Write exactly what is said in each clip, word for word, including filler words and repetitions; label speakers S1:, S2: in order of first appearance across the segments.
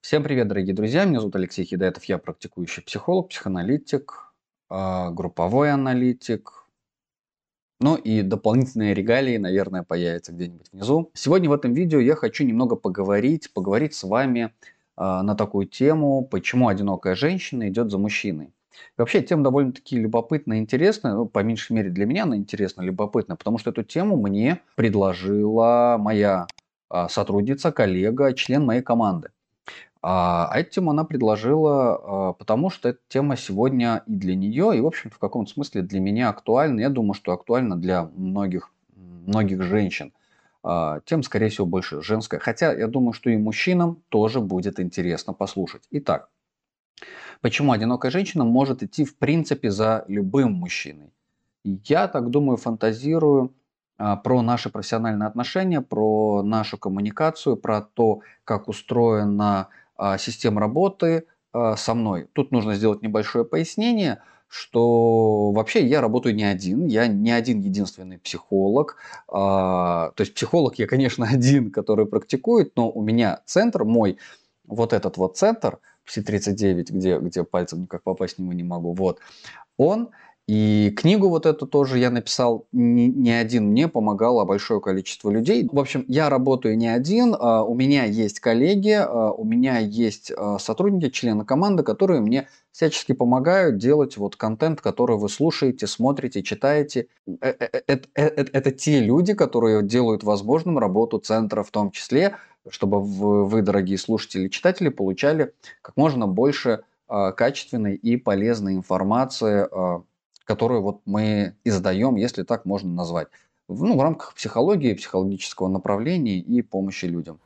S1: Всем привет, дорогие друзья! Меня зовут Алексей Хидаятов, я практикующий психолог, психоаналитик, а, групповой аналитик. Ну и дополнительные регалии, наверное, появятся где-нибудь внизу. Сегодня в этом видео я хочу немного поговорить, поговорить с вами а, на такую тему, почему одинокая женщина идет за мужчиной. И вообще тема довольно-таки любопытная и интересная, ну, по меньшей мере для меня она интересна, любопытна, потому что эту тему мне предложила моя а, сотрудница, коллега, член моей команды. А, а эту тему она предложила, а, потому что эта тема сегодня и для нее, и, в общем-то, в каком-то смысле для меня актуальна. Я думаю, что актуальна для многих, многих женщин. А, Тема, скорее всего, больше женская. Хотя я думаю, что и мужчинам тоже будет интересно послушать. Итак, почему одинокая женщина может идти, в принципе, за любым мужчиной? Я так думаю, фантазирую а, про наши профессиональные отношения, про нашу коммуникацию, про то, как устроена а, система работы а, со мной. Тут нужно сделать небольшое пояснение, что вообще я работаю не один, я не один единственный психолог. А, то есть психолог я, конечно, один, который практикует, но у меня центр мой, вот этот вот центр, Пси тридцать девять, где, где пальцем никак попасть в него не могу, вот, он. И книгу вот эту тоже я написал не, не один, мне помогало большое количество людей. В общем, я работаю не один, а, у меня есть коллеги, а, у меня есть а, сотрудники, члены команды, которые мне всячески помогают делать вот контент, который вы слушаете, смотрите, читаете. Э, э, э, Это, это- это те люди, которые делают возможным работу центра в том числе, чтобы в- вы, дорогие слушатели и читатели, получали как можно больше а, качественной и полезной информации, а, которую вот мы издаем, если так можно назвать, в, ну, в рамках психологии, психологического направления и помощи людям.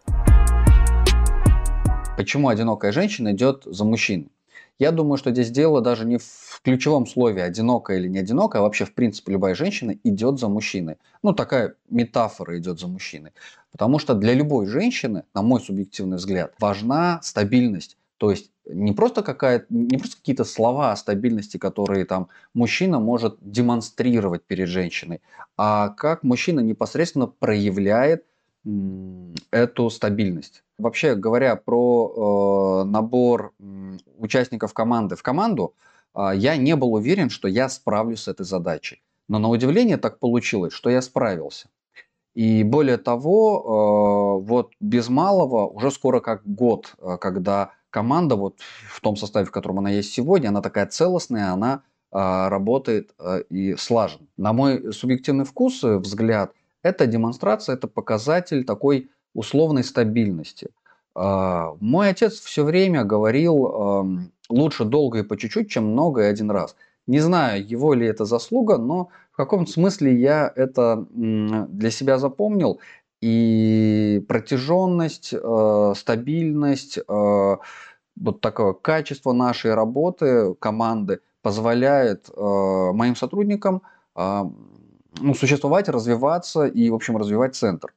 S1: Почему одинокая женщина идет за мужчиной? Я думаю, что здесь дело даже не в ключевом слове одинокая или не одинокая, а вообще, в принципе, любая женщина идет за мужчиной. Ну, такая метафора идет за мужчиной. Потому что для любой женщины, на мой субъективный взгляд, важна стабильность. То есть не просто, какая, не просто какие-то слова о стабильности, которые там мужчина может демонстрировать перед женщиной, а как мужчина непосредственно проявляет м, эту стабильность. Вообще говоря про э, набор м, участников команды в команду, а, я не был уверен, что я справлюсь с этой задачей. Но на удивление так получилось, что я справился. И более того, э, вот без малого уже скоро как год, э, когда команда вот в том составе, в котором она есть сегодня, она такая целостная, она а, работает э, и слажена. На мой субъективный вкус, э, взгляд, это демонстрация, это показатель такой условной стабильности. А, Мой отец все время говорил, эм, лучше долго и по чуть-чуть, чем много и один раз. Не знаю, его ли это заслуга, но в каком смысле я это м, для себя запомнил. И протяженность, э, стабильность, э, вот такое качество нашей работы, команды позволяет э, моим сотрудникам э, ну, существовать, развиваться и, в общем, развивать центр.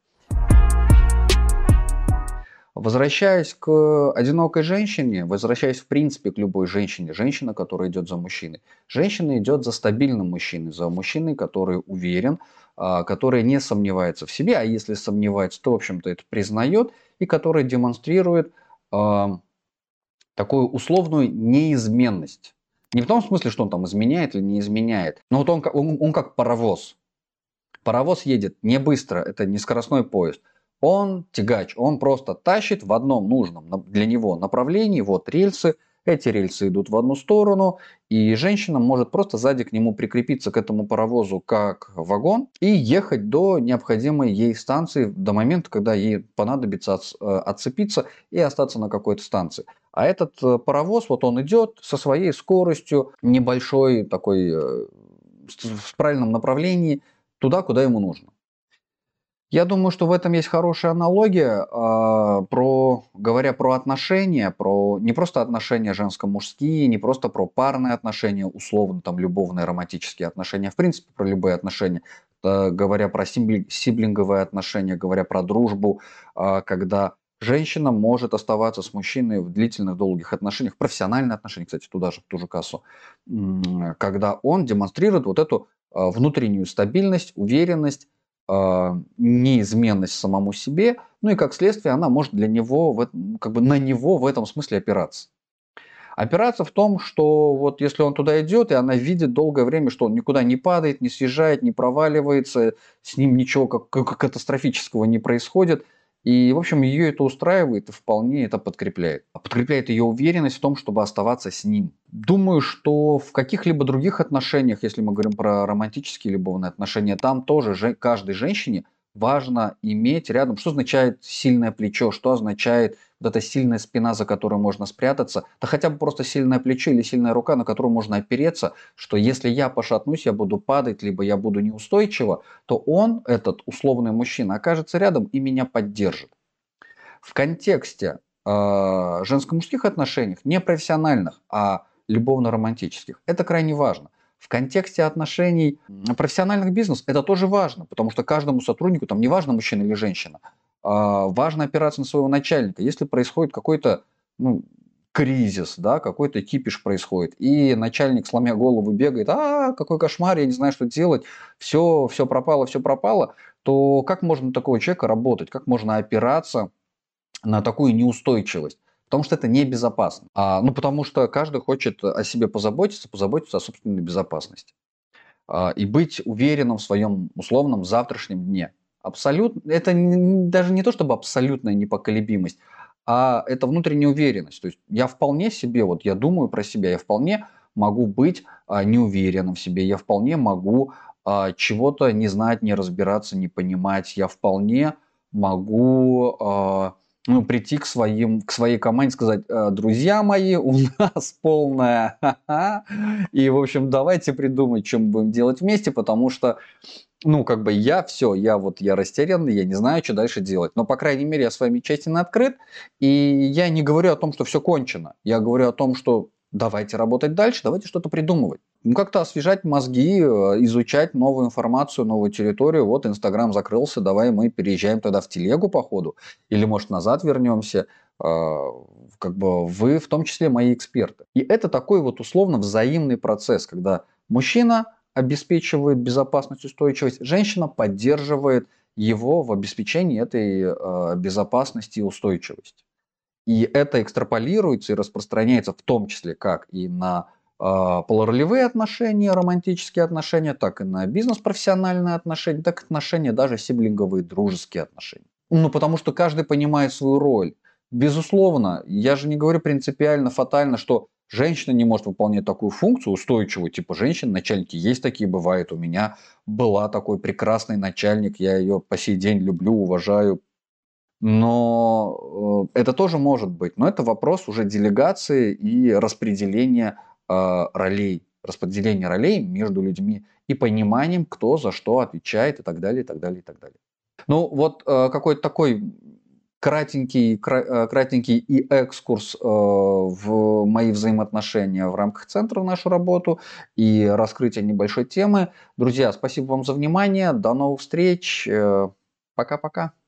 S1: Возвращаясь к одинокой женщине, возвращаясь в принципе к любой женщине, женщина, которая идет за мужчиной, женщина идет за стабильным мужчиной, за мужчиной, который уверен, а, который не сомневается в себе, а если сомневается, то, в общем-то, это признает, и который демонстрирует а, такую условную неизменность. Не в том смысле, что он там изменяет или не изменяет, но вот он, как- он, он как паровоз. Паровоз едет не быстро, это не скоростной поезд. Он тягач, он просто тащит в одном нужном для него направлении, вот рельсы, эти рельсы идут в одну сторону, и женщина может просто сзади к нему прикрепиться к этому паровозу как вагон и ехать до необходимой ей станции, до момента, когда ей понадобится от- э, отцепиться и остаться на какой-то станции. А этот э, паровоз, вот он идет со своей скоростью, небольшой такой, э, в правильном направлении, туда, куда ему нужно. Я думаю, что в этом есть хорошая аналогия, а, про, говоря про отношения, про не просто отношения женско-мужские, не просто про парные отношения, условно там любовные, романтические отношения, а в принципе про любые отношения, а, говоря про сибли- сиблинговые отношения, говоря про дружбу, а, когда женщина может оставаться с мужчиной в длительных, долгих отношениях, профессиональные отношения, кстати, туда же, в ту же кассу, м, когда он демонстрирует вот эту а, внутреннюю стабильность, уверенность, э, неизменность самому себе, ну и как следствие она может для него, в, как бы на него в этом смысле опираться. Опираться в том, что вот если он туда идет, и она видит долгое время, что он никуда не падает, не съезжает, не проваливается, с ним ничего как, как катастрофического не происходит. И, в общем, ее это устраивает и вполне это подкрепляет. А подкрепляет ее уверенность в том, чтобы оставаться с ним. Думаю, что в каких-либо других отношениях, если мы говорим про романтические любовные отношения, там тоже же, каждой женщине важно иметь рядом, что означает сильное плечо, что означает вот эта сильная спина, за которой можно спрятаться, да хотя бы просто сильное плечо или сильная рука, на которую можно опереться, что если я пошатнусь, я буду падать, либо я буду неустойчиво, то он, этот условный мужчина, окажется рядом и меня поддержит. В контексте э, женско-мужских отношениях, не профессиональных, а любовно-романтических, это крайне важно. В контексте отношений профессиональных бизнес это тоже важно, потому что каждому сотруднику, там не важно, мужчина или женщина, э, важно опираться на своего начальника. Если происходит какой-то ну, кризис, да, какой-то кипиш происходит, и начальник, сломя голову, бегает, а, какой кошмар, я не знаю, что делать, все, все пропало, все пропало, то как можно на такого человека работать, как можно опираться на такую неустойчивость? Потому что это небезопасно. А, ну, потому что каждый хочет о себе позаботиться, позаботиться о собственной безопасности. А, и быть уверенным в своем условном завтрашнем дне. Абсолютно, это не, даже не то, чтобы абсолютная непоколебимость, а это внутренняя уверенность. То есть я вполне себе, вот я думаю про себя, я вполне могу быть а, неуверенным в себе, я вполне могу а, чего-то не знать, не разбираться, не понимать, я вполне могу а, ну, прийти к, своим, к своей команде и сказать, «Э, друзья мои, у нас полная ха-ха, и, в общем, давайте придумать, что мы будем делать вместе, потому что, ну, как бы я все, я вот, я растерянный, я не знаю, что дальше делать. Но, по крайней мере, я с вами честен и открыт, и я не говорю о том, что все кончено. Я говорю о том, что давайте работать дальше, давайте что-то придумывать. Ну, как-то освежать мозги, э, изучать новую информацию, новую территорию. Вот Инстаграм закрылся, давай мы переезжаем тогда в телегу, походу. Или, может, назад вернемся. Э, Как бы вы в том числе мои эксперты. И это такой вот условно взаимный процесс, когда мужчина обеспечивает безопасность, устойчивость, женщина поддерживает его в обеспечении этой э, безопасности и устойчивости. И это экстраполируется и распространяется в том числе как и на э, полуролевые отношения, романтические отношения, так и на бизнес-профессиональные отношения, так и отношения даже сиблинговые, дружеские отношения. Ну, потому что каждый понимает свою роль. Безусловно, я же не говорю принципиально, фатально, что женщина не может выполнять такую функцию устойчивую, типа женщин, начальники есть такие, бывает. У меня была такой прекрасный начальник, я ее по сей день люблю, уважаю, но э, это тоже может быть. Но это вопрос уже делегации и распределения э, ролей. Распределения ролей между людьми и пониманием, кто за что отвечает и так далее, и так далее, и так далее. Ну, вот э, какой-то такой кратенький, кра- э, кратенький и экскурс э, в мои взаимоотношения в рамках центра, в нашу работу и раскрытие небольшой темы. Друзья, спасибо вам за внимание. До новых встреч. Э, Пока-пока.